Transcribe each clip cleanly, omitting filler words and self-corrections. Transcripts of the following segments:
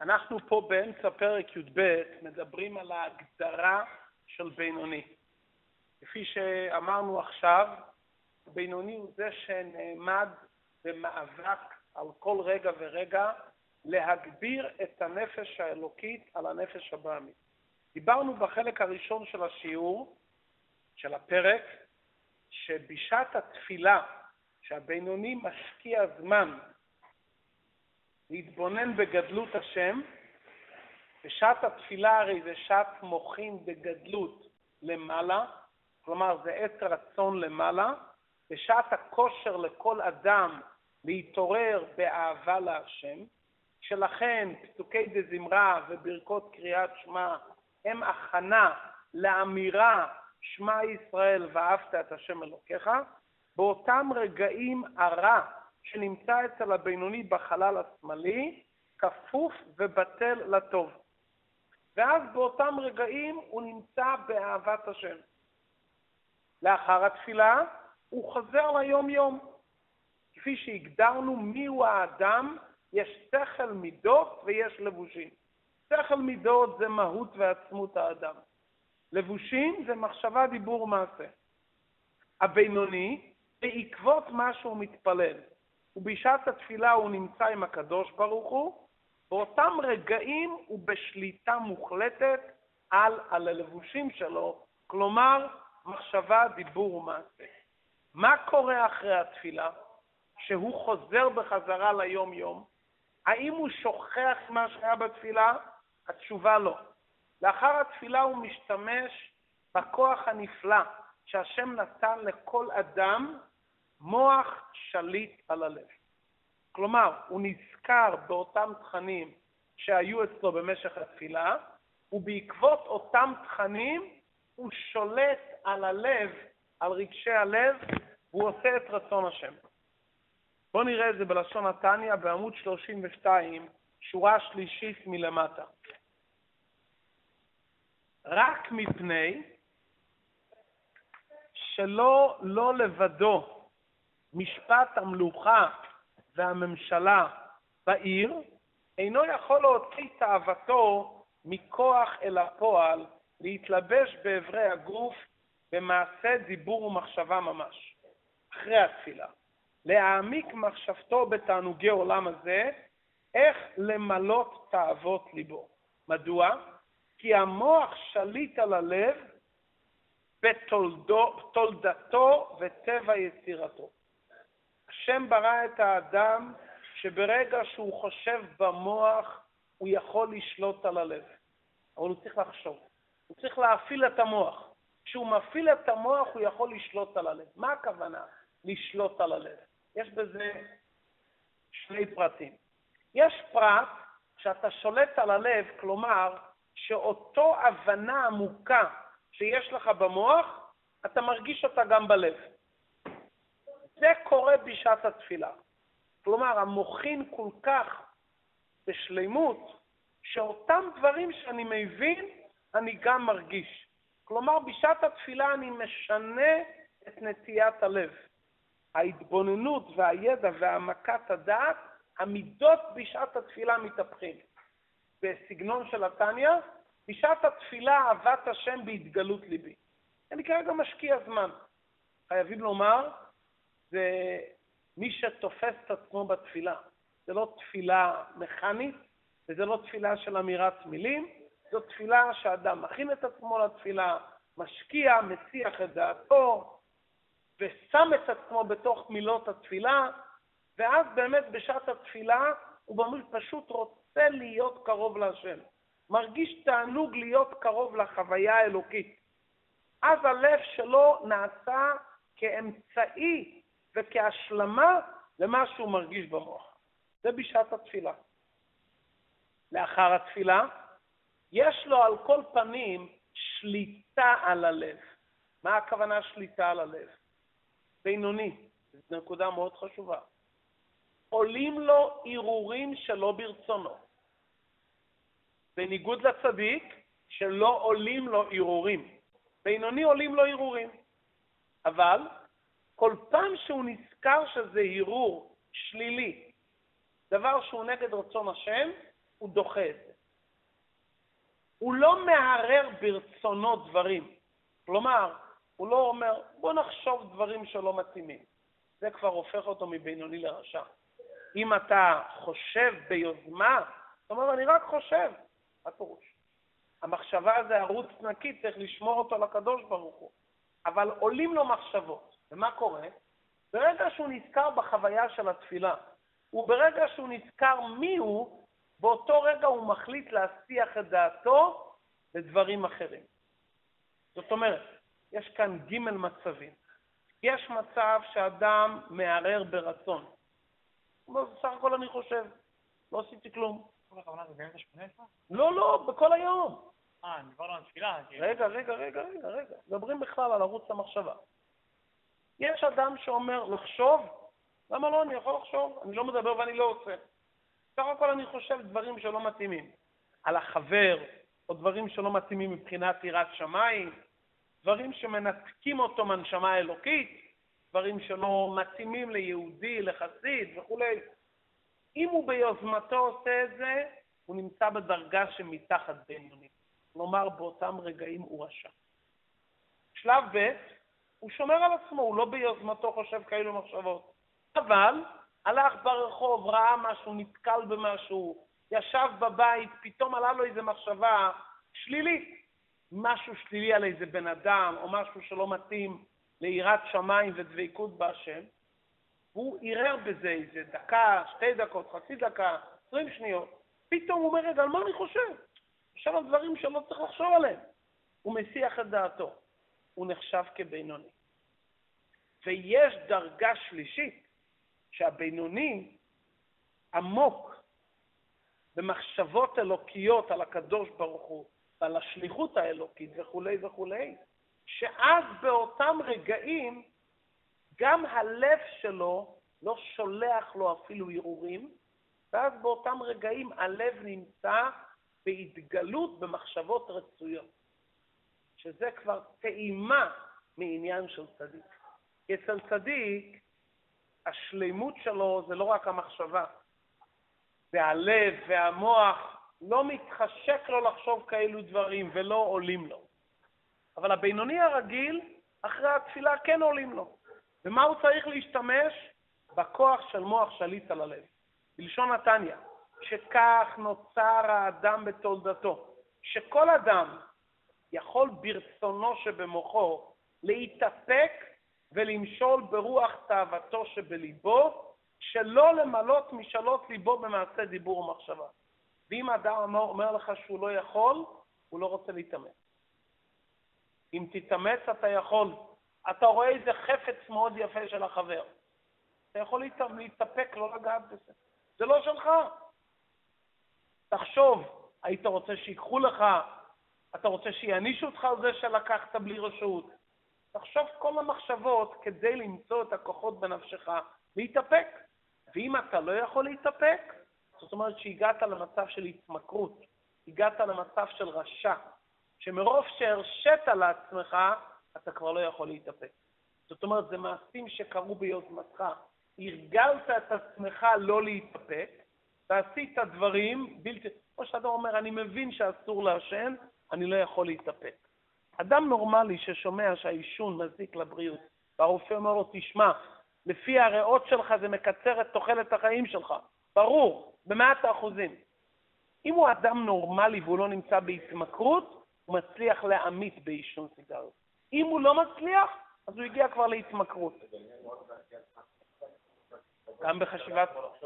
אנחנו פה באמצע פרק י"ב מדברים על ההגדרה של בינוני. כפי שאמרנו עכשיו, בינוני הוא זה שנעמד במאבק על כל רגע ורגע להגביר את הנפש האלוקית על הנפש הבאמית. דיברנו בחלק הראשון של השיעור, של הפרק, שבשעת התפילה, שהבינוני משקיע זמן להתבונן בגדלות השם, בשעת התפילה הרי זה שעת מוחין בגדלות למעלה, כלומר זה עת רצון למעלה, בשעת הכושר לכל אדם להתעורר באהבה להשם, שלכן פסוקי דזמרה וברכות קריאת שמע הם הכנה לאמירה שמע ישראל ואהבת את השם אלוקיך. באותם רגעים הרע שנמצא אצל הבינוני בחלל השמאלי כפוף ובטל לטוב, ואז באותם רגעים הוא נמצא באהבת השם. לאחר התפילה הוא חוזר ליום יום. כפי שהגדרנו מיהו האדם, יש שכל מידות ויש לבושים. שכל מידות זה מהות ועצמות האדם. לבושים זה מחשבה, דיבור, מעשה. הבינוני, בעקבות מה שהוא מתפלל, ובשעת התפילה הוא נמצא עם הקדוש ברוך הוא, באותם רגעים הוא בשליטה מוחלטת על הלבושים שלו, כלומר מחשבה, דיבור ומעשה. מה קורה אחרי התפילה? שהוא חוזר בחזרה ליום יום. האם הוא שוכח מה שהיה בתפילה? התשובה לא. לאחר התפילה הוא משתמש בכוח הנפלא שהשם נתן לכל אדם, מוח שליט על הלב. כלומר, הוא נזכר באותם תכנים שהיו אצלו במשך התפילה, ובעקבות אותם תכנים הוא שולט על הלב, על רגשי הלב, והוא עושה את רצון השם. בואו נראה את זה בלשון התניא בעמוד 32, שורה שלישית מלמטה. רק מפני שלא לבדו משפט המלוכה והממשלה בעיר, אינו יכול להוציא תאוותו מכוח אל הפועל, להתלבש בעברי הגוף במעשה דיבור ומחשבה ממש. אחרי התפילה, להעמיק מחשבתו בתענוגי עולם הזה, איך למלות תאוות ליבו. מדוע? כי המוח שליט על הלב בתולדתו וטבע יצירתו. השם ברא את האדם שברגע שהוא חושב במוח הוא יכול לשלוט על הלב, אבל הוא צריך לחשוב, הוא צריך להפעיל את המוח. כשהוא מפעיל את המוח הוא יכול לשלוט על הלב. מה הכוונה לשלוט על הלב? יש בזה שני פרטים. יש פרט שאתה שולט על הלב, כלומר שאותו הבנה עמוקה שיש לך במוח, אתה מרגיש אותה גם בלב. זה קורה בשעת התפילה. כלומר, המוחין כל כך בשלימות, שאותם דברים שאני מבין, אני גם מרגיש. כלומר, בשעת התפילה אני משנה את נטיית הלב. ההתבוננות והידע והעמקת הדעת, המידות בשעת התפילה מתהפכים. בסגנון של התניא, בשעת התפילה אהבת השם בהתגלות ליבי. אני כרגע משקיע זמן. חייבים לומר, זה מי שתופס את עצמו בתפילה. זה לא תפילה מכנית, וזה לא תפילה של אמירת מילים, זו תפילה שאדם מכין את עצמו לתפילה, משקיע, מציח את דעתו, ושם את עצמו בתוך מילות התפילה, ואז באמת בשעת התפילה הוא פשוט רוצה להיות קרוב להשם. מרגיש תענוג להיות קרוב לחוויה האלוקית. אז הלב שלו נעשה כאמצעי וכהשלמה למה שהוא מרגיש במוח. זה בשעת התפילה. לאחר התפילה, יש לו על כל פנים שליטה על הלב. מה הכוונה שליטה על הלב? בינוני, זו נקודה מאוד חשובה. עולים לו ערעורים שלא ברצונו. בניגוד לצדיק, שלא עולים לו ערעורים. בינוני עולים לו ערעורים. אבל כל פעם שהוא נזכר שזה ערעור שלילי, דבר שהוא נגד רצון השם, הוא דוחה את זה. הוא לא מערער ברצונו דברים. כלומר, הוא לא אומר, בוא נחשוב דברים שלא מתאימים. זה כבר הופך אותו מבינוני לרשע. אם אתה חושב ביוזמה, זאת אומרת, אני רק חושב. מה פירוש? המחשבה זה ערוץ נקי, צריך לשמור אותו לקדוש ברוך הוא. אבל עולים לו מחשבות. ומה קורה? ברגע שהוא נזכר בחוויה של התפילה, וברגע שהוא נזכר מי הוא, באותו רגע הוא מחליט להסיח את דעתו לדברים אחרים. זאת אומרת, יש כאן ג' מצבים. יש מצב שאדם מערער ברצון. הוא אומר, בסך הכל אני חושב, לא עשיתי כלום. כל הכוונה זה באמצע 18? לא, בכל היום. דיברנו על תפילה. רגע. מדברים בכלל על ערוץ המחשבה. יש אדם שאומר, לחשוב? למה לא? אני יכול לחשוב. אני לא מדבר ואני לא עושה. בסך הכל אני חושב דברים שלא מתאימים. על החבר, או דברים שלא מתאימים מבחינת יראת שמיים, דברים שמנתקים אותו מהנשמה האלוקית, דברים שלא מתאימים ליהודי, לחסיד וכו'. אם הוא ביוזמתו עושה את זה, הוא נמצא בדרגה שמתחת בינוני. כלומר, באותם רגעים הוא רשע. שלב ב', הוא שומר על עצמו, הוא לא ביוזמתו חושב כאלו מחשבות. אבל הלך ברחוב, ראה משהו, נתקל במשהו, ישב בבית, פתאום עלה לו איזו מחשבה שלילית. משהו שלילי על איזה בן אדם, או משהו שלא מתאים ליראת שמיים ודבקות בהשם. הוא ערער בזה איזה דקה, 2 דקות, חצי דקה, 20 שניות. פתאום הוא אומר, רגע, על מה אני חושב? עכשיו על דברים שלא צריך לחשוב עליהם. הוא מסיח את דעתו. הוא נחשב כבינוני. ויש דרגה שלישית, שהבינוני עמוק במחשבות אלוקיות על הקדוש ברוך הוא, ועל השליחות האלוקית וכו' וכו', שאז באותם רגעים, גם הלב שלו לא שולח לו אפילו ערעורים, ואז באותם רגעים הלב נמצא בהתגלות במחשבות רצויות, שזה כבר טעימה מעניין של צדיק. כי אצל צדיק, השלימות שלו זה לא רק המחשבה, והלב והמוח לא מתחשק לו לחשוב כאלו דברים ולא עולים לו. אבל הבינוני הרגיל, אחרי התפילה כן עולים לו. ומה הוא צריך להשתמש? בכוח של מוח שליט על הלב. בלשון נתניה, שכך נוצר האדם בתולדתו. שכל אדם יכול ברצונו שבמוחו להתאפק ולמשול ברוח תאוותו שבליבו, שלא למלות משאלות ליבו במעשה דיבור ומחשבה. ואם האדם אומר לך שהוא לא יכול, הוא לא רוצה להתאמץ. אם תתאמץ אתה יכול. אתה רואה איזה חפץ מאוד יפה של החבר. אתה יכול להתאפק, לא לגעת בזה. זה לא שלך. תחשוב, היית רוצה שיקחו לך, אתה רוצה שיענישו אותך על זה שלקחת בלי רשות. תחשוב כל המחשבות כדי למצוא את הכוחות בנפשך, להתאפק. ואם אתה לא יכול להתאפק, זאת אומרת שהגעת למצב של התמכרות, הגעת למצב של רשע, שמרוב שהרשת לעצמך, אתה כבר לא יכול להתאפק. זאת אומרת, זה מעשים שקרו ביוזמתך. הרגלת את עצמך לא להתאפק, ועשית דברים בלתי... או שאתה אומר, אני מבין שאסור לעשן, אני לא יכול להתאפק. אדם נורמלי ששומע שהעישון מזיק לבריאות, והרופא אומר לו, תשמע, לפי הריאות שלך זה מקצר את תוחלת החיים שלך. ברור, ב100%. אם הוא אדם נורמלי והוא לא נמצא בהתמכרות, הוא מצליח להעמיד בעישון סיגריות. אם הוא לא מצליח, אז הוא הגיע כבר להתמכרות. גם בחשיבת...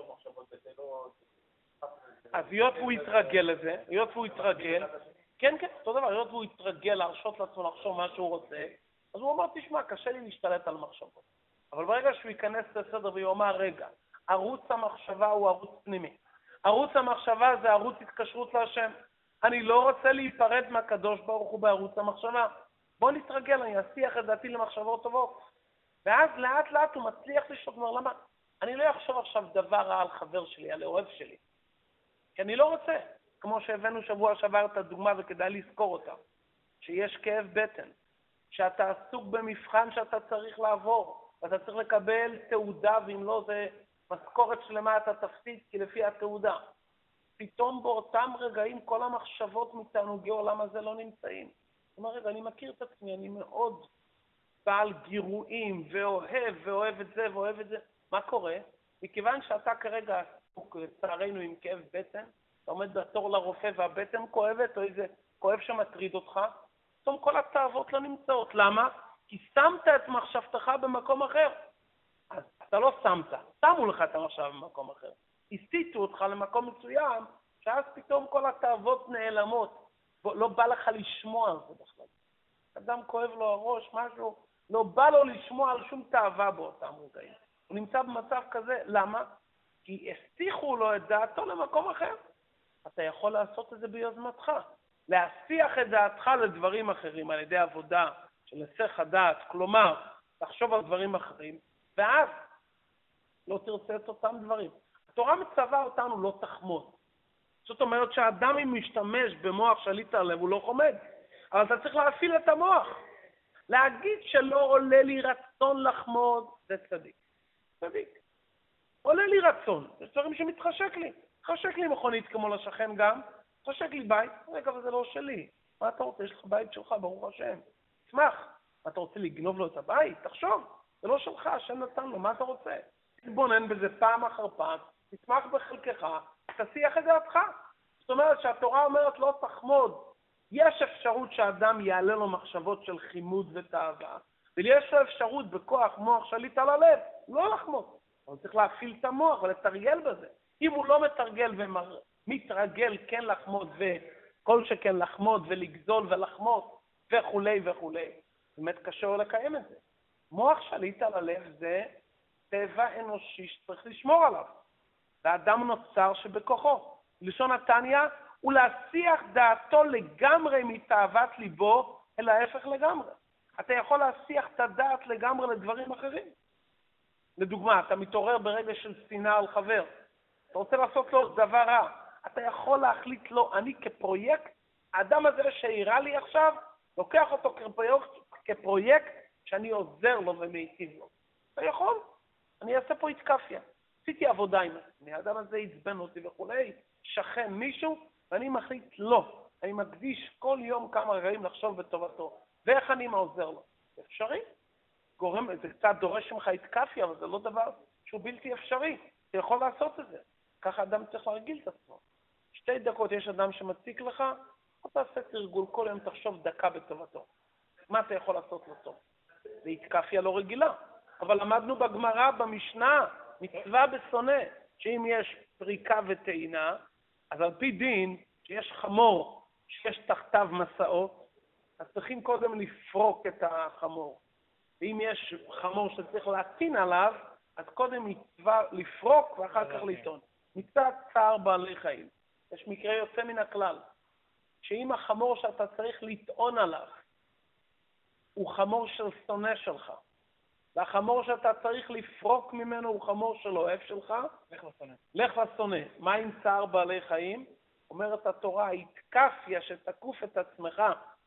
אז היות והוא יתרגל לזה, כן, אותו דבר, היות והוא יתרגל להרשות לעצמו לחשוב מה שהוא רוצה, אז הוא אומר, תשמע, קשה לי להשתלט על מחשבות. אבל ברגע שהוא ייכנס לסדר ויאמר, רגע, ערוץ המחשבה הוא ערוץ פנימי. ערוץ המחשבה זה ערוץ התקשרות להשם. אני לא רוצה להיפרד מהקדוש ברוך הוא בערוץ המחשבה. בוא נתרגל, אני אסיח את דעתי למחשבות טובות. ואז לאט לאט הוא מצליח לשאול, אומר, למה? אני לא אחשוב עכשיו דבר רע על חבר שלי, על אוהב שלי. כי אני לא רוצה. כמו שהבאנו שבוע שעבר את הדוגמה וכדאי לזכור אותה. שיש כאב בטן. שאתה עסוק במבחן שאתה צריך לעבור. ואתה צריך לקבל תעודה, ואם לא זה משכורת שלמה אתה תפסיד, כי לפי התעודה. פתאום באותם רגעים כל המחשבות מתענוגי העולם הזה לא נמצאים. זאת אומרת, אני מכיר את עצמי, אני מאוד בעל גירויים, ואוהב את זה, ואוהב את זה. מה קורה? מכיוון שאתה כרגע, לצערנו עם כאב בטן, אתה עומד בתור לרופא והבטן כואבת, או איזה כואב שמטריד אותך, פתאום כל התאוות לא נמצאות. למה? כי שמת את מחשבתך במקום אחר. אז אתה לא שמו לך את המחשב במקום אחר. הסיטו אותך למקום מסוים, שאז פתאום כל התאוות נעלמות. לא בא לך לשמוע על זה בכלל. אדם כואב לו הראש, משהו, לא בא לו לשמוע על שום תאווה באותם רגעים. הוא נמצא במצב כזה, למה? כי הסתיחו לו את דעתו למקום אחר. אתה יכול לעשות את זה ביוזמתך. להסיח את דעתך לדברים אחרים על ידי עבודה של הסח הדעת, כלומר, תחשוב על דברים אחרים, ואז לא תרצה את אותם דברים. התורה מצווה אותנו לא תחמוד. זאת אומרת שהאדם אם משתמש במוח שליט עליו הוא לא חומד, אבל אתה צריך להפעיל את המוח. להגיד שלא עולה לי רצון לחמוד, זה צדיק. צדיק. עולה לי רצון, יש דברים שמתחשק לי. מתחשק לי מכונית כמו לשכן גם, מתחשק לי בית, רגע, אבל זה לא שלי. מה אתה רוצה? יש לך בית שלך, ברוך השם. תשמח. אתה רוצה לגנוב לו את הבית? תחשוב. זה לא שלך, השם נתן לו, מה אתה רוצה? תתבונן בזה פעם אחר פעם, תשמח בחלקך, תסיח את דעתך. זאת אומרת שהתורה אומרת לא תחמוד. יש אפשרות שהאדם יעלה לו מחשבות של חימוד ותאווה, ויש לו אפשרות בכוח מוח שליט על הלב, לא לחמוד. אבל צריך להפעיל את המוח ולתרגל בזה. אם הוא לא מתרגל ומתרגל כן לחמוד וכל שכן לחמוד ולגזול ולחמוד וכולי וכולי, באמת קשה לו לקיים את זה. מוח שליט על הלב זה טבע אנושי שצריך לשמור עליו. והאדם נוצר שבכוחו. לשון התניא הוא להסיח דעתו לגמרי מתאוות ליבו אל ההפך לגמרי. אתה יכול להסיח את הדעת לגמרי לדברים אחרים. לדוגמה, אתה מתעורר ברגע של שנאה על חבר. אתה רוצה לעשות לו דבר רע. אתה יכול להחליט לו, אני כפרויקט, האדם הזה שהירה לי עכשיו, לוקח אותו כפרויקט שאני עוזר לו ומיטיב לו. אתה יכול. אני אעשה פה התקפיה. עשיתי עבודה עם עצמי, האדם הזה יצבן אותי וכולי, שכן מישהו, ואני מחליט לא. אני מקדיש כל יום כמה רגעים לחשוב בטובתו. ואיך אני מעוזר לו? זה אפשרי. זה קצת דורש ממך התקפיה, אבל זה לא דבר שהוא בלתי אפשרי. אתה יכול לעשות את זה. ככה אדם צריך להרגיל את עצמו. 2 דקות יש אדם שמציק לך, אתה עושה תרגול, כל יום תחשוב דקה בטובתו. מה אתה יכול לעשות לו טוב? זה התקפיה לא רגילה. אבל למדנו בגמרא, במשנה, מצווה בשונא, שאם יש פריקה וטעינה, אז על פי דין, שיש חמור, שיש תחתיו מסעות, אז צריכים קודם לפרוק את החמור. ואם יש חמור שצריך להטעין עליו, אז קודם מצווה לפרוק ואחר כך לטעון. מצוות צער בעלי חיים. יש מקרה יוצא מן הכלל, שאם החמור שאתה צריך לטעון עליו, הוא חמור של שונא שלך, והחמור שאתה צריך לפרוק ממנו הוא חמור של אוהב שלך, לך לשונא. מה עם צער בעלי חיים? אומרת התורה, התקפיה שתקוף את עצמך,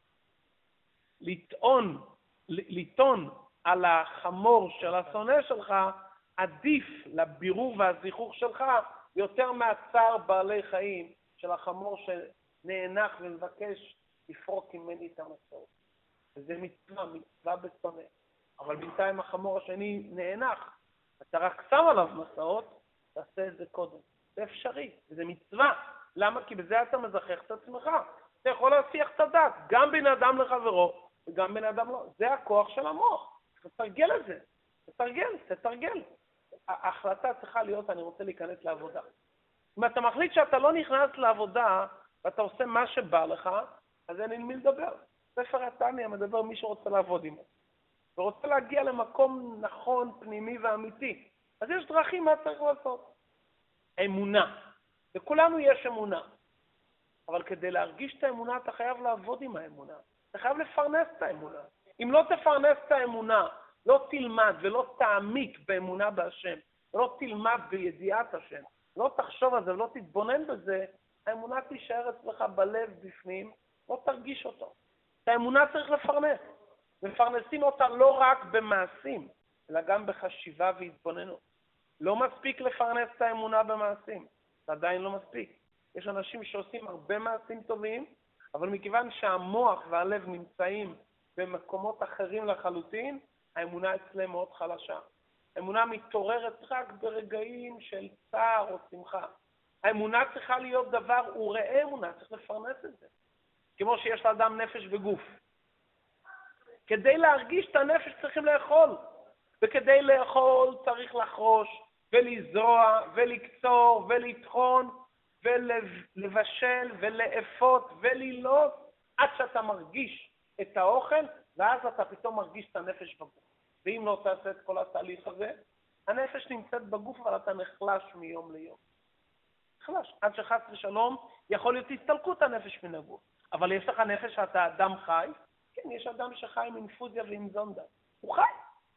לטעון על החמור של השונא שלך, עדיף לבירור והזיכוך שלך יותר מהצער בעלי חיים של החמור שנאנח ומבקש לפרוק ממני את המסעות. וזה מצווה בשונא. אבל בינתיים החמור השני נאנח, אתה רק שם עליו מסעות, תעשה את זה קודם. זה אפשרי, זה מצווה. למה? כי בזה אתה מזכח את עצמך. אתה יכול להסיח את הדעת, גם בין אדם לחברו, וגם בין אדם לא. זה הכוח של המוח. תתרגל את זה. תתרגל. ההחלטה צריכה להיות, אני רוצה להיכנס לעבודה. אם אתה מחליט שאתה לא נכנס לעבודה, ואתה עושה מה שבא לך, אז אין עם מי לדבר. ספר התניא מדבר מי שרוצה לעבוד עמו. ורוצה להגיע למקום נכון, פנימי ואמיתי. אז יש דרכים מה צריך לעשות. אמונה. לכולנו יש אמונה. אבל כדי להרגיש את האמונה, אתה חייב לעבוד עם האמונה. אתה חייב לפרנס את האמונה. אם לא תפרנס את האמונה, לא תלמד ולא תעמיק באמונה בהשם, ולא תלמד בידיעת השם, לא תחשוב על זה ולא תתבונן בזה, האמונה תישאר אצלך בלב בפנים, לא תרגיש אותו. את האמונה צריך לפרנס. מפרנסים אותה לא רק במעשים, אלא גם בחשיבה והתבוננות. לא מספיק לפרנס את האמונה במעשים, זה עדיין לא מספיק. יש אנשים שעושים הרבה מעשים טובים, אבל מכיוון שהמוח והלב נמצאים במקומות אחרים לחלוטין, האמונה אצלם מאוד חלשה. האמונה מתעוררת רק ברגעים של צער או שמחה. האמונה צריכה להיות דבר, הוא ראה אמונה, צריך לפרנס את זה. כמו שיש לאדם נפש וגוף. כדי להרגיש את הנפש צריכים לאכול, וכדי לאכול צריך לחרוש ולזרוע ולקצור ולטחון ולבשל ולאפות ולילוט עד שאתה מרגיש את האוכל, ואז אתה פתאום מרגיש את הנפש בגוף. ואם לא תעשה את כל התהליך הזה, הנפש נמצאת בגוף, אבל אתה נחלש מיום ליום. נחלש, עד שחס ושלום יכול להיות הסתלקות הנפש מן הגוף. אבל יש לך נפש שאתה אדם חי? כן, יש אדם שחי עם אינפוזיה ועם זונדה. הוא חי.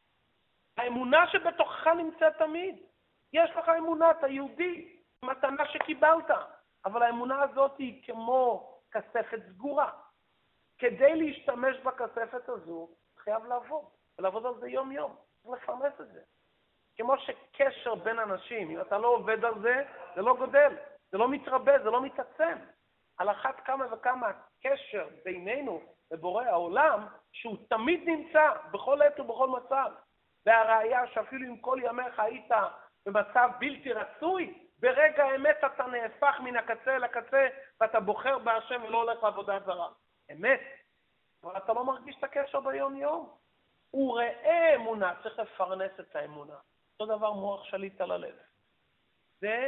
האמונה שבתוכך נמצאת תמיד. יש לך אמונה, אתה יהודי, מתנה שקיבלת. אבל האמונה הזאת היא כמו כספת סגורה. כדי להשתמש בכספת הזו, חייב לעבוד. ולעבוד על זה יום יום. צריך לפרנס את זה. כמו שקשר בין אנשים, אם אתה לא עובד על זה, זה לא גודל. זה לא מתרבה, זה לא מתעצם. על אחת כמה וכמה הקשר בינינו לבורא העולם, שהוא תמיד נמצא בכל עת ובכל מצב. והראיה שאפילו אם כל ימיך היית במצב בלתי רצוי, ברגע האמת אתה נהפך מן הקצה אל הקצה, ואתה בוחר בהשם ולא הולך לעבודה זרה. אמת. אבל אתה לא מרגיש את הקשר ביום יום. הוא ראה אמונה, צריך לפרנס את האמונה. אותו דבר מוח שליט על הלב. זה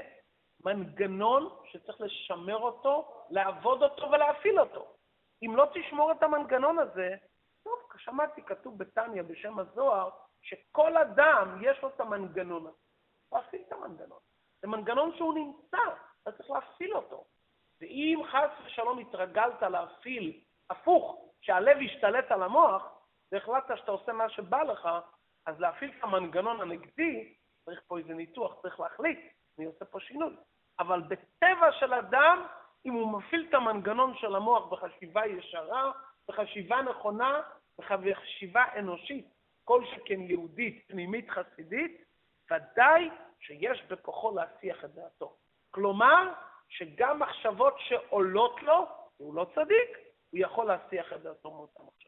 מנגנון שצריך לשמר אותו, לעבוד אותו ולהפעיל אותו. אם לא תשמור את המנגנון הזה, טוב, שמעתי כתוב בתניא בשם הזוהר, שכל אדם יש לו את המנגנון הזה. להפעיל את המנגנון. זה מנגנון שהוא נמצא, אתה צריך להפעיל אותו. ואם חס ושלום התרגלת להפעיל הפוך, שהלב ישתלט על המוח, והחלטת שאתה עושה מה שבא לך, אז להפעיל את המנגנון הנגדי, צריך פה איזה ניתוח, צריך להחליט, אני עושה פה שינוי. אבל בטבע של אדם, אם הוא מפעיל את המנגנון של המוח בחשיבה ישרה, בחשיבה נכונה, בחשיבה אנושית, כל שכן יהודית, פנימית, חסידית, ודאי שיש בכוחו להשיח את דעתו. כלומר, שגם מחשבות שעולות לו, הוא לא צדיק, הוא יכול להשיח את דעתו מאותה מחשבות.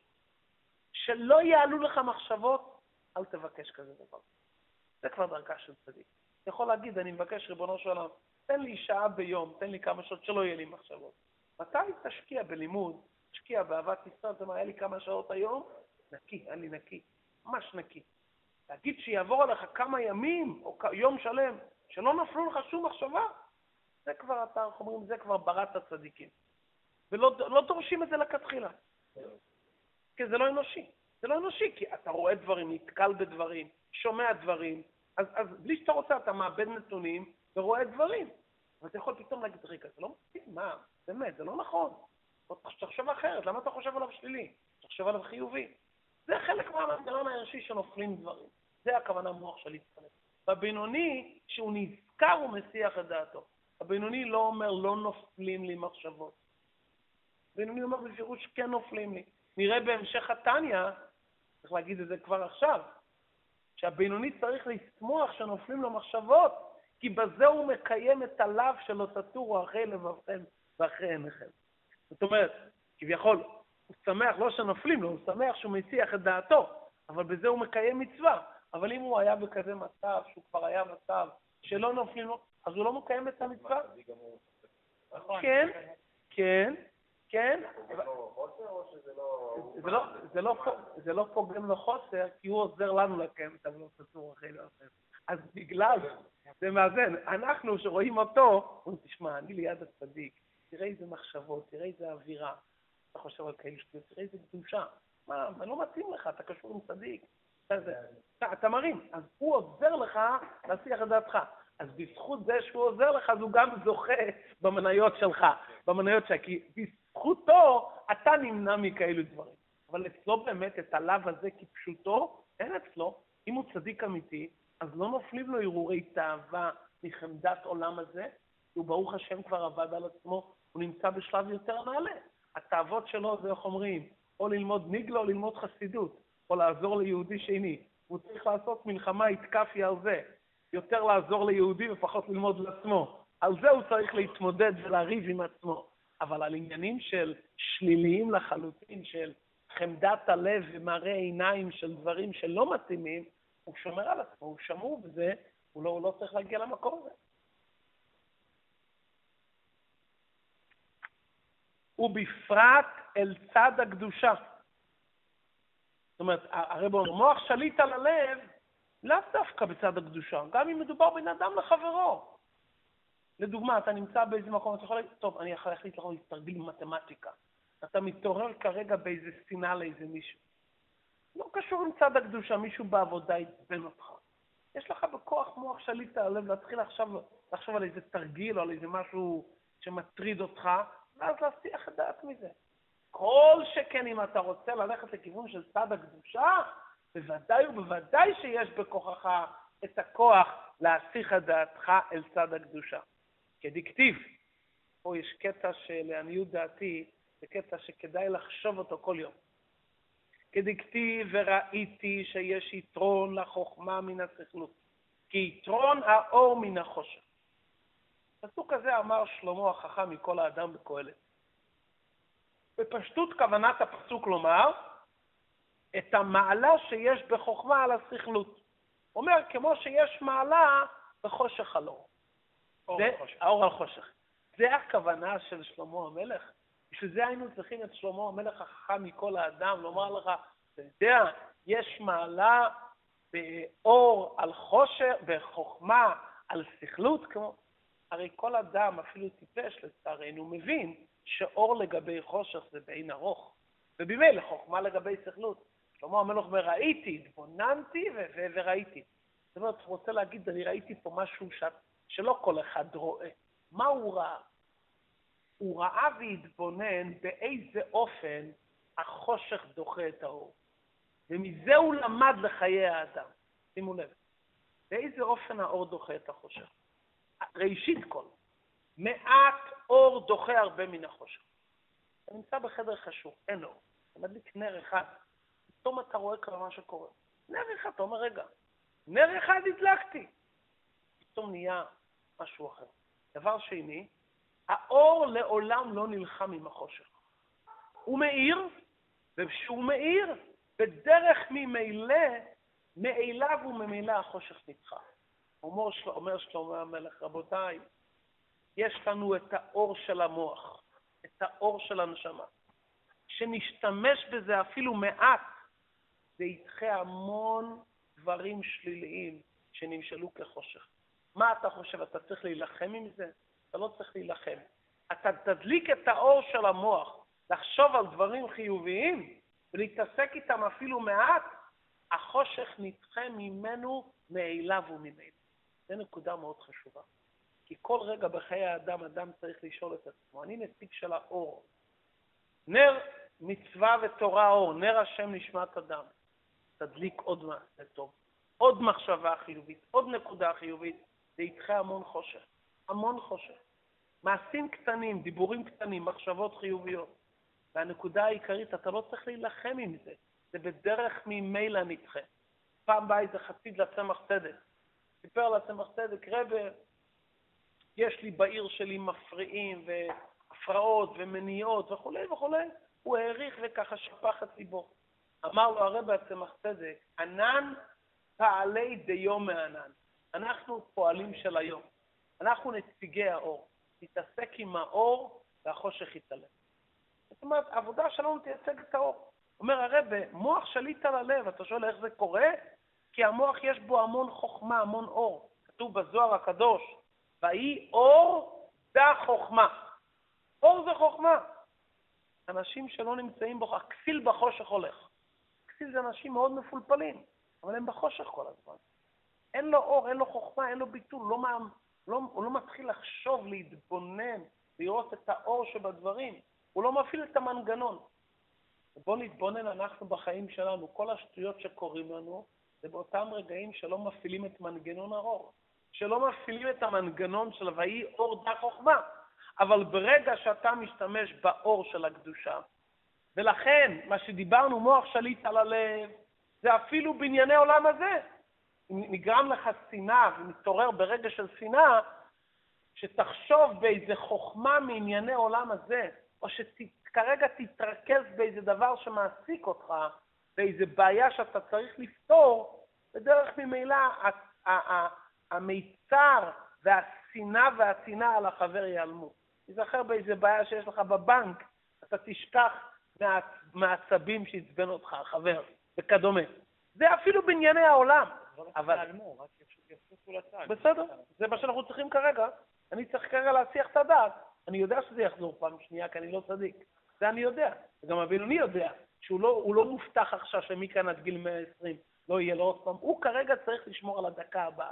שלא יעלו לך מחשבות, אל תבקש כזה דבר. זה כבר דרכה של צדיק. אתה יכול להגיד, אני מבקש ריבונו של עולם, תן לי שעה ביום, תן לי כמה שעות שלא יהיה לי מחשבות. מתי תשקיע בלימוד, תשקיע באהבת ישראל, זה מה, היה לי כמה שעות היום? נקי, היה לי נקי, ממש נקי. להגיד שיעבור עליך כמה ימים או יום שלם, שלא נפלו לך שום מחשבה, זה כבר, אתה אומרים, זה כבר ברת הצדיקים. ולא דורשים את זה לכתחילה. כי זה לא אנושי. זה לא אנושי, כי אתה רואה דברים, נתקל בדברים, שומע דברים, אז בלי שאתה רוצה, אתה מאבד נתונים ורואה דברים. אבל אתה יכול פתאום להגיד, רגע, זה לא מספיק, מה? באמת, זה לא נכון. תחשב אחרת, למה אתה חושב עליו שלילי? תחשב עליו חיובי. זה חלק מהמנגנון האנושי שנופלים דברים. זה הכוונה מוח של להתפלט. בבינוני, שהוא נזכר הוא משיח את דעתו. הבינוני לא אומר, לא נופלים לי מחשבות. הבינוני אומר בפירוש, כן נופלים לי. נראה בהמשך התניא, צריך להגיד את זה כבר עכשיו, שהבינוני צריך לשמוח שנופלים לו מחשבות, כי בזה הוא מקיים את הלאו שלא תטורו אחרי לבבכם ואחרי עיניכם. זאת אומרת, כביכול, הוא שמח לא שנופלים לו, הוא שמח שהוא משיח את דעתו, אבל בזה הוא מקיים מצווה. אבל אם הוא היה בכזה מצב, שהוא כבר היה מצב שלא נופלים לו, אז הוא לא מקיים את המצווה. כן, כן, כן. זה לא פוגם לו חוסר, כי הוא עוזר לנו לקיים את הלא תטורו אחרי לבבכם. אז בגלל, זה מאזן, אנחנו שרואים אותו, אומרים, תשמע, אני ליד הצדיק, תראה איזה מחשבות, תראה איזה אווירה, אתה חושב על כאלה שטויות, תראה איזה קדושה, מה, לא מתאים לך, אתה קשור עם צדיק, אתה מרים, אז הוא עוזר לך להשיח את דעתך, אז בזכות זה שהוא עוזר לך, אז הוא גם זוכה במניות שלך, כי בזכותו אתה נמנע מכאלו דברים, אבל אצלו באמת את הלאו הזה כפשוטו, אין אצלו, אם הוא צדיק אמיתי, אז לא נופלים לו הרהורי תאווה מחמדת עולם הזה, הוא ברוך השם כבר עבד על עצמו, הוא נמצא בשלב יותר נעלה. התאוות שלו זה איך אומרים, או ללמוד ניגלה או ללמוד חסידות, או לעזור ליהודי שני. הוא צריך לעשות מלחמה התקפי על זה, יותר לעזור ליהודי ופחות ללמוד לעצמו. על זה הוא צריך להתמודד ולריב עם עצמו. אבל על עניינים של שליליים לחלוטין, של חמדת הלב ומראה עיניים של דברים שלא מתאימים, הוא שומר על עצמו, הוא שמור בזה, הוא לא צריך להגיע למקום הזה. ובפרט אל צד הקדושה. זאת אומרת, הרב אומר, מוח שליט על הלב, לאו דווקא בצד הקדושה, גם אם מדובר בין אדם לחברו. לדוגמה, אתה נמצא באיזה מקום, אתה יכול להגיד, טוב, אני יכול להחליט לך תרגיל מתמטיקה. אתה מתעורר כרגע באיזה שנאה לאיזה מישהו. לא קשור עם צד הקדושה, מישהו בעבודה יתבן אותך. יש לך בכוח מוח שליט על הלב להתחיל לחשוב על איזה תרגיל או על איזה משהו שמטריד אותך, ואז להסיח את דעת מזה. כל שכן אם אתה רוצה ללכת לכיוון של צד הקדושה, בוודאי ובוודאי שיש בכוחך את הכוח להסיח את דעתך אל צד הקדושה. כדכתיב, פה יש קטע שלעניות דעתי, זה קטע שכדאי לחשוב אותו כל יום. כדכתיב וראיתי שיש יתרון לחוכמה מן השכלות, כי יתרון האור מן החושך. הפסוק הזה אמר שלמה החכם מכל האדם בקהלת. בפשטות כוונת הפסוק לומר, את המעלה שיש בחוכמה על השכלות. אומר, כמו שיש מעלה בחושך על אור. האור על חושך. זה הכוונה של שלמה המלך. בשביל זה היינו צריכים את שלמה המלך החכם מכל האדם, לומר לך, אתה יודע, יש מעלה באור על חושך, בחוכמה על שכלות, כמו... הרי כל אדם, אפילו טיפש לצערנו, מבין שאור לגבי חושך זה בעין ארוך, ובמילא חוכמה לגבי שכלות. שלמה המלך אומר, ראיתי, התבוננתי וראיתי. זאת אומרת, הוא רוצה להגיד, אני ראיתי פה משהו שלא כל אחד רואה. מה הוא ראה? הוא ראה והתבונן באיזה אופן החושך דוחה את האור. ומזה הוא למד לחיי האדם. שימו לב. באיזה אופן האור דוחה את החושך? ראשית כל, מעט אור דוחה הרבה מן החושך. אתה נמצא בחדר חשוך, אין אור. אתה מדליק נר אחד, פתאום אתה רואה כבר מה שקורה. נר אחד, אתה אומר, רגע, נר אחד הדלקתי. פתאום נהיה משהו אחר. דבר שני, האור לעולם לא נלחם עם החושך. הוא מאיר, וכשהוא מאיר, בדרך ממילא, מאליו וממילא החושך נדחה. אומר שלמה המלך, רבותיי, יש לנו את האור של המוח, את האור של הנשמה. שנשתמש בזה אפילו מעט, זה ידחה המון דברים שליליים שנמשלו כחושך. מה אתה חושב? אתה צריך להילחם עם זה? אתה לא צריך להילחם. אתה תדליק את האור של המוח, לחשוב על דברים חיוביים, ולהתעסק איתם אפילו מעט, החושך נדחה ממנו מאליו וממילא. זו נקודה מאוד חשובה. כי כל רגע בחיי האדם, אדם צריך לשאול את עצמו, אני נציג של האור. נר מצווה ותורה אור, נר השם נשמת אדם. תדליק עוד מעשה טוב, עוד מחשבה חיובית, עוד נקודה חיובית, זה ידחה המון חושך. המון חושך. מעשים קטנים, דיבורים קטנים, מחשבות חיוביות. והנקודה העיקרית, אתה לא צריך להילחם עם זה. זה בדרך ממילא נדחה. פעם באה איזה חסיד לצמח צדק. סיפר לצמח צדק, רבי, יש לי בעיר שלי מפריעים והפרעות ומניעות וכו' וכו'. הוא העריך וככה שפח הציבור. אמר לו הרבי הצמח צדק, ענן פעלי דיום מענן. אנחנו פועלים של היום. אנחנו נציגי האור. נתעסק עם האור והחושך יתעלם. זאת אומרת, העבודה שלנו תייצג את האור. אומר הרבי, מוח שליט על הלב, אתה שואל איך זה קורה? כי המוח יש בו המון חוכמה, המון אור. כתוב בזוהר הקדוש, והיא אור דה חוכמה. אור זה חוכמה. אנשים שלא נמצאים בו, הכסיל בחושך הולך. הכסיל זה אנשים מאוד מפולפלים, אבל הם בחושך כל הזמן. אין לו אור, אין לו חוכמה, אין לו ביטול, הוא לא מתחיל לחשוב, להתבונן, לראות את האור שבדברים. הוא לא מפעיל את המנגנון. בוא נתבונן אנחנו בחיים שלנו, כל השטויות שקורים לנו, זה באותם רגעים שלא מפעילים את מנגנון האור. שלא מפעילים את המנגנון של והיא אור דה חוכמה. אבל ברגע שאתה משתמש באור של הקדושה, ולכן מה שדיברנו מוח שליט על הלב, זה אפילו בענייני עולם הזה. אם נגרם לך שנאה ומתעורר ברגע של שנאה, שתחשוב באיזה חוכמה מענייני עולם הזה, או שכרגע תתרכז באיזה דבר שמעסיק אותך, באיזה בעיה שאתה צריך לפתור, בדרך ממילא המיצר והשנאה והצנעה על החבר ייעלמו. תזכר באיזה בעיה שיש לך בבנק, אתה תשכח מהעצבים שעצבן אותך, החבר, וכדומה. זה אפילו בענייני העולם. אבל ייעלמו, רק יפסו לצד. בסדר, זה מה שאנחנו צריכים כרגע. אני צריך כרגע להסיח את הדעת. אני יודע שזה יחזור פעם שנייה, כי אני לא צדיק. זה אני יודע. וגם הבינוני יודע שהוא לא מובטח עכשיו שמכאן עד גיל 120 לא יהיה לו עוד פעם. הוא כרגע צריך לשמור על הדקה הבאה.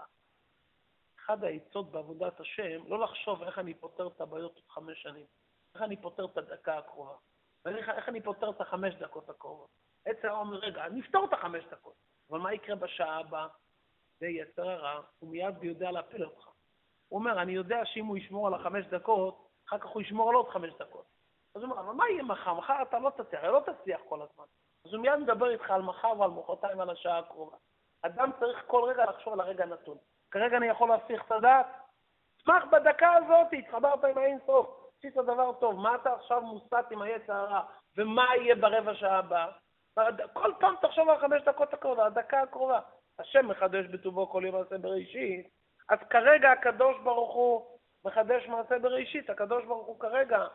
אחד העצות בעבודת השם, לא לחשוב איך אני פותר את הבעיות עוד 5 שנים. איך אני פותר את הדקה הקרובה. איך אני פותר את 5 דקות הקרובות. עצר אומר, רגע, אני אפתור את 5 דקות. אבל מה יקרה בשעה הבאה? זה יצר הרע, הוא מיד יודע להפיל אותך. הוא אומר, אני יודע שאם הוא ישמור על 5 דקות, אחר כך הוא ישמור על עוד 5 דקות. אז הוא אומר, אבל מה יהיה מחר? מחר אתה לא תצליח כל הזמן. אז הוא מיד מדבר איתך על מחר ועל מחרתיים ועל השעה הקרובה. אדם צריך כל רגע לחשוב על הרגע נתון. כרגע אני יכול להסיח את הדעת. תשמח בדקה הזאת, התחברת עם האין סוף. עשית דבר טוב. מה אתה עכשיו מוסת עם היצר הרע? ומה יהיה ברבע שעה הבאה? כל פעם תחשוב על 5 דקות הקרובה, הדקה הקרובה. השם מחדש בטובו כל יום מעשה בראשית. אז כרגע הקדוש ברוך הוא מחדש מעשה בראשית. הקדוש ברוך הוא כרגע,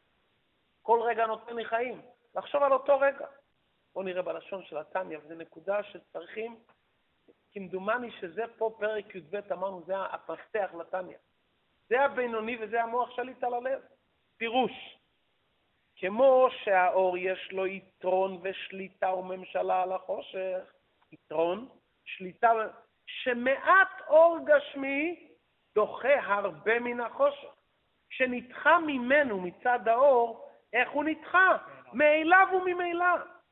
כל רגע נותן לי חיים. לחשוב על אותו רגע. בואו נראה בלשון של התניא, וזו נקודה שצריכים, כמדומני שזה פה פרק י"ב, אמרנו, זה המפתח לתניא. זה הבינוני וזה המוח שליט על הלב. פירוש. כמו שהאור יש לו יתרון ושליטה וממשלה על החושך, יתרון, שליטה, שמעט אור גשמי דוחה הרבה מן החושך. שנדחה ממנו מצד האור, איך הוא נדחה? מאליו וממילא.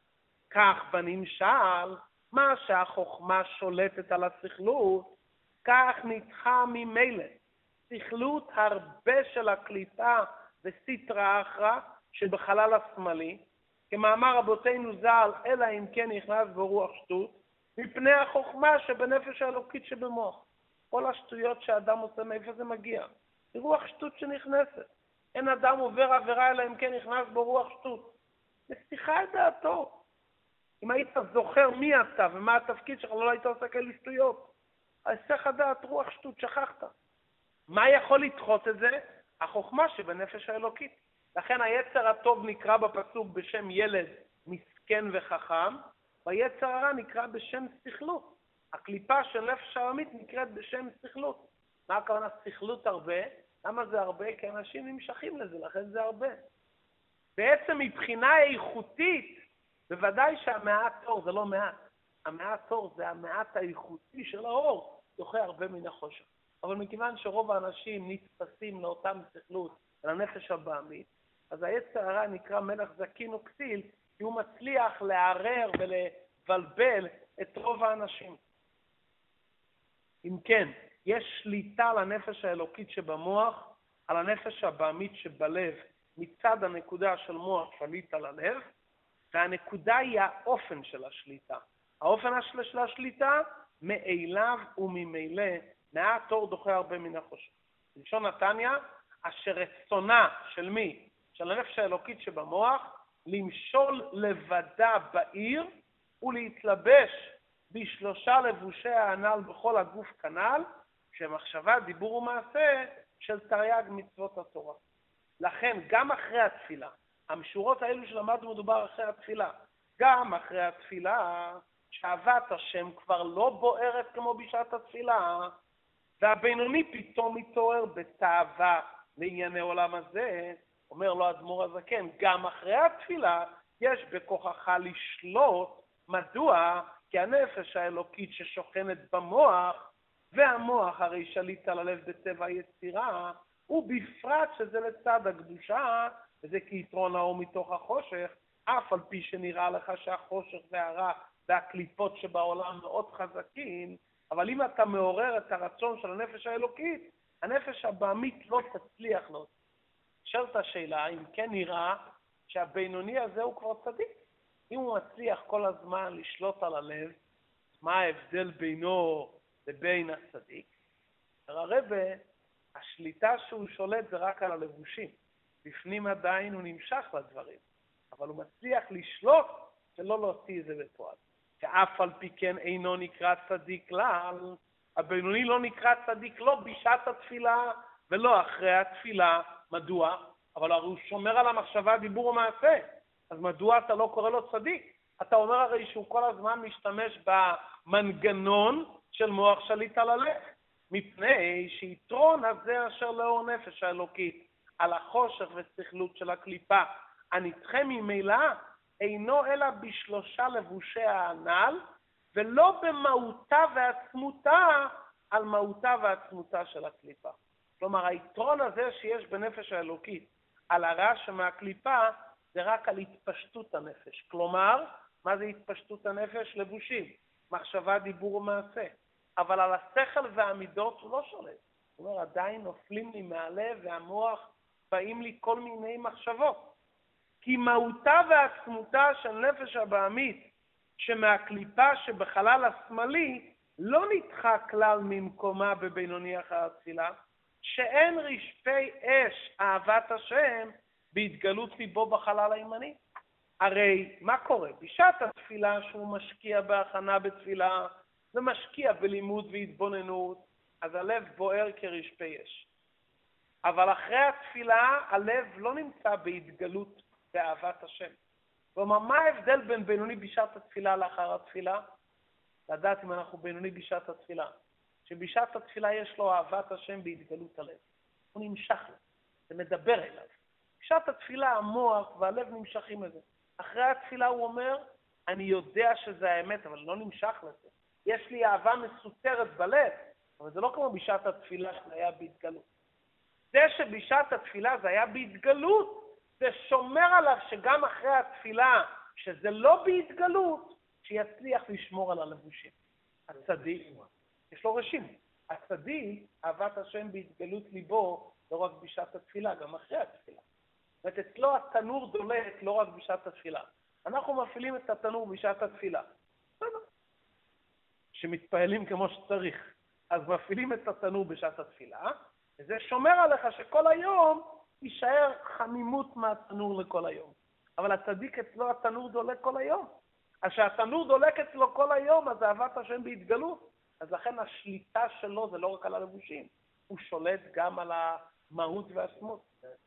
כך בנמשל, מה שהחוכמה שולטת על השכלות, כך נדחה ממילא. שכלות הרבה של הקליפה וסיטרא אחרא שבחלל השמאלי, כמאמר רבותינו ז"ל, אלא אם כן נכנס ברוח שטות, מפני החוכמה שבנפש האלוקית שבמוח. כל השטויות שאדם עושה, מאיפה זה מגיע? ברוח שטות שנכנסת. אין אדם עובר עבירה אלא אם כן נכנס ברוח שטות. מסיחה את דעתו. אם היית זוכר מי אתה ומה התפקיד שלך, לא היית עושה כאלה שטויות. היסח הדעת, רוח שטות, שכחת. מה יכול לדחות את זה? החוכמה שבנפש האלוקית. לכן היצר הטוב נקרא בפסוק בשם ילד מסכן וחכם, והיצר הרע נקרא בשם שכלות. הקליפה של נפש העמית נקראת בשם שכלות. מה הכוונה שכלות הרבה? למה זה הרבה? כי אנשים נמשכים לזה, לכן זה הרבה. בעצם מבחינה איכותית, בוודאי שהמעט אור זה לא מעט. המעט אור זה המעט האיכותי של האור, דוחה הרבה מן החושך. אבל מכיוון שרוב האנשים נתפסים לאותם שכלות, לנפש הבעמית, אז היצר הרע נקרא מלך זקין וכסיל, כי הוא מצליח לערער ולבלבל את רוב האנשים. אם כן, יש שליטה על הנפש האלוקית שבמוח, על הנפש הבעמית שבלב, מצד הנקודה של מוח שליט על הלב, והנקודה היא האופן של השליטה. האופן של השליטה מאליו וממילא, מעט אור דוחה הרבה מן החושך. בלשון התניא, אשר רצונה של מי? של הנפש האלוקית שבמוח, למשול לבדה בעיר ולהתלבש בשלושה לבושי הענל בכל הגוף כנל, שמחשבה, דיבור ומעשה של תרי"ג מצוות התורה. לכן, גם אחרי התפילה, המשורות האלו שלמדנו מדובר אחרי התפילה, גם אחרי התפילה, שאהבת השם כבר לא בוערת כמו בשעת התפילה, והבינוני פתאום מתעורר בתאווה לענייני עולם הזה, אומר לו האדמו"ר הזקן, גם אחרי התפילה יש בכוחך לשלוט. מדוע? כי הנפש האלוקית ששוכנת במוח, והמוח הרי שליט על הלב בטבע היצירה, ובפרט שזה לצד הקדושה, וזה כיתרון האור מתוך החושך, אף על פי שנראה לך שהחושך והרע והקליפות שבעולם מאוד חזקים, אבל אם אתה מעורר את הרצון של הנפש האלוקית, הנפש הבעמית לא תצליח לו. שאלת השאלה, אם כן נראה שהבינוני הזה הוא כבר צדיק. אם הוא מצליח כל הזמן לשלוט על הלב, מה ההבדל בינו לבין הצדיק? הרב השליטה שהוא שולט זה רק על הלבושים. בפנים עדיין הוא נמשך לדברים, אבל הוא מצליח לשלוט שלא להוציא את זה בפועל. שאף על פי כן אינו נקרא צדיק כלל, הבינוני לא נקרא צדיק לא בשעת התפילה ולא אחרי התפילה. מדוע? אבל הרי הוא שומר על המחשבה, דיבור ומעשה. אז מדוע אתה לא קורא לו צדיק? אתה אומר הרי שהוא כל הזמן משתמש במנגנון של מוח שליט על הלב. מפני שיתרון הזה אשר לאור נפש האלוקית על החושך וסכלות של הקליפה הנדחה ממילא אינו אלא בשלושה לבושי הנ"ל, ולא במהותה ועצמותה על מהותה ועצמותה של הקליפה. כלומר, היתרון הזה שיש בנפש האלוקית על הרע שמהקליפה זה רק על התפשטות הנפש. כלומר, מה זה התפשטות הנפש? לבושים, מחשבה, דיבור ומעשה. אבל על השכל והמידות הוא לא שולט. זאת אומרת, עדיין נופלים לי מהלב והמוח, באים לי כל מיני מחשבות. כי מהותה ועצמותה של נפש הבעמית שמהקליפה שבחלל השמאלי לא נדחה כלל ממקומה בבינוני אחר התפילה, שאין רשפי אש אהבת השם בהתגלות ליבו בחלל הימני. הרי מה קורה? בשעת התפילה שהוא משקיע בהכנה בתפילה ומשקיע בלימוד והתבוננות, אז הלב בוער כרשפי אש. אבל אחרי התפילה הלב לא נמצא בהתגלות באהבת השם. כלומר, מה ההבדל בין בינוני בשעת התפילה לאחר התפילה? לדעת אם אנחנו בינוני בשעת התפילה. שבשעת התפילה יש לו אהבת השם בהתגלות הלב. הוא נמשך לו, זה מדבר אליו. בשעת התפילה המוח והלב נמשכים לזה. אחרי התפילה הוא אומר, אני יודע שזה האמת, אבל לא נמשך לזה. יש לי אהבה מסותרת בלב, אבל זה לא כמו בשעת התפילה שזה היה בהתגלות. זה שבשעת התפילה זה היה בהתגלות, זה שומר עליו שגם אחרי התפילה, שזה לא בהתגלות, שיצליח לשמור על הלבושים. הצדיק, יש לו רשימו. הצדיק, אהבת השם בהתגלות ליבו, לא רק בשעת התפילה, גם אחרי התפילה. זאת אומרת, אצלו התנור דולק לא רק בשעת התפילה. אנחנו מפעילים את התנור בשעת התפילה. שמתפעלים כמו שצריך. אז מפעילים את התנור בשעת התפילה, וזה שומר עליך שכל היום יישאר חמימות מהתנור לכל היום. אבל הצדיק אצלו התנור דולק כל היום. אז שהתנור דולק אצלו כל היום, אז אהבת השם בהתגלות. אז לכן השליטה שלו זה לא רק על הלבושים, הוא שולט גם על המהות והעצמות.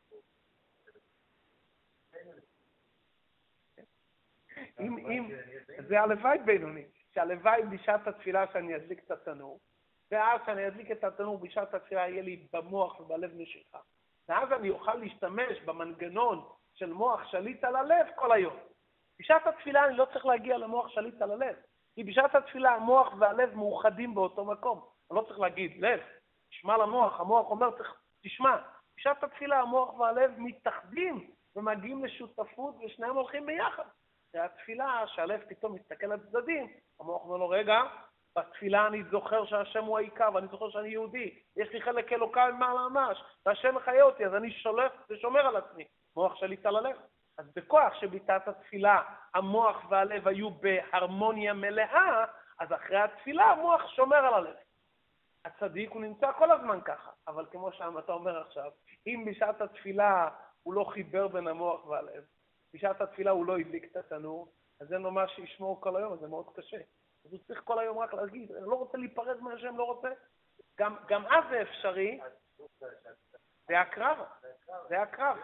זה הלוואי בינוני, שהלוואי בשעת התפילה שאני אדליק את התנור, ואז שאני אדליק את התנור בשעת התפילה יהיה לי במוח ובלב נשיכה. ואז אני אוכל להשתמש במנגנון של מוח שליט על הלב כל היום. בשעת התפילה אני לא צריך להגיע למוח שליט על הלב, כי בשעת התפילה המוח והלב מאוחדים באותו מקום. אני לא צריך להגיד, לב, תשמע למוח, המוח אומר, תשמע. בשעת התפילה המוח והלב מתאחדים ומגיעים לשותפות ושניהם הולכים ביחד. זה התפילה שהלב פתאום מסתכל על צדדים, המוח אומר לו, רגע, בתפילה אני זוכר שהשם הוא העיקר, ואני זוכר שאני יהודי, יש לי חלק אלוקאי מעלה ממש, והשם מחיה אותי, אז אני שולף ושומר על עצמי. מוח שליט על הלב. אז בכוח שביטת התפילה, המוח והלב היו בהרמוניה מלאה, אז אחרי התפילה המוח שומר על הלב. הצדיק הוא נמצא כל הזמן ככה, אבל כמו שאתה אומר עכשיו, אם בשעת התפילה הוא לא חיבר בין המוח והלב, בשעת התפילה הוא לא הדליק את התנור, אז אין לו מה שישמור כל היום, אז זה מאוד קשה. אז הוא צריך כל היום רק להגיד, אני לא רוצה להיפרד מהשם, לא רוצה. גם אז זה אפשרי, זה הקרב, זה הקרב.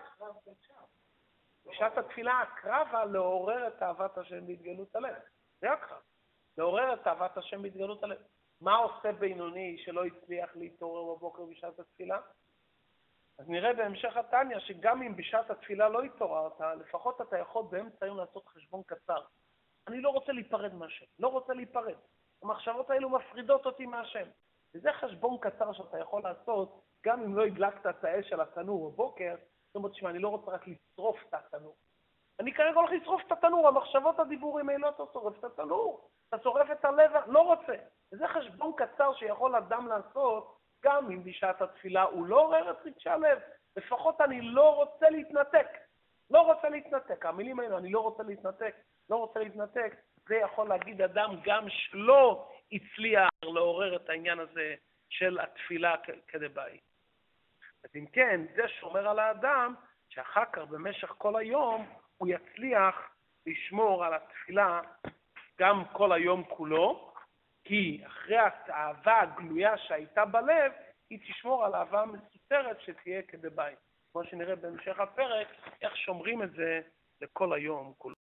בשעת התפילה הקרבה לעורר את אהבת השם בהתגלות הלב. זה הקרב. לעורר את אהבת השם בהתגלות הלב. מה עושה בינוני שלא הצליח להתעורר בבוקר בשעת התפילה? אז נראה בהמשך התניה שגם אם בשעת התפילה לא התעוררת, לפחות אתה יכול באמצע היום לעשות חשבון קצר. אני לא רוצה להיפרד מהשם, לא רוצה להיפרד. המחשבות האלו מפרידות אותי מהשם. וזה חשבון קצר שאתה יכול לעשות, גם אם לא הדלקת את האש של התנור בבוקר, זאת אומרת, תשמע, אני לא רוצה רק לשרוף את התנור. אני כרגע הולך לשרוף את התנור, המחשבות הדיבורים האלה, אתה שורף את התנור, אתה שורף את הלב, לא רוצה. וזה חשבון קצר שיכול אדם לעשות, גם אם בשעת התפילה הוא לא עורר את רגשי הלב, לפחות אני לא רוצה להתנתק. לא רוצה להתנתק. המילים האלו, אני לא רוצה להתנתק, לא רוצה להתנתק, זה יכול להגיד אדם גם שלא הצליח לעורר את העניין הזה של התפילה כדבעי. אז אם כן, זה שומר על האדם, שאחר כך במשך כל היום הוא יצליח לשמור על התפילה גם כל היום כולו, כי אחרי האהבה הגלויה שהייתה בלב, היא תשמור על אהבה מסותרת שתהיה כדבעי. כמו שנראה בהמשך הפרק, איך שומרים את זה לכל היום כולו.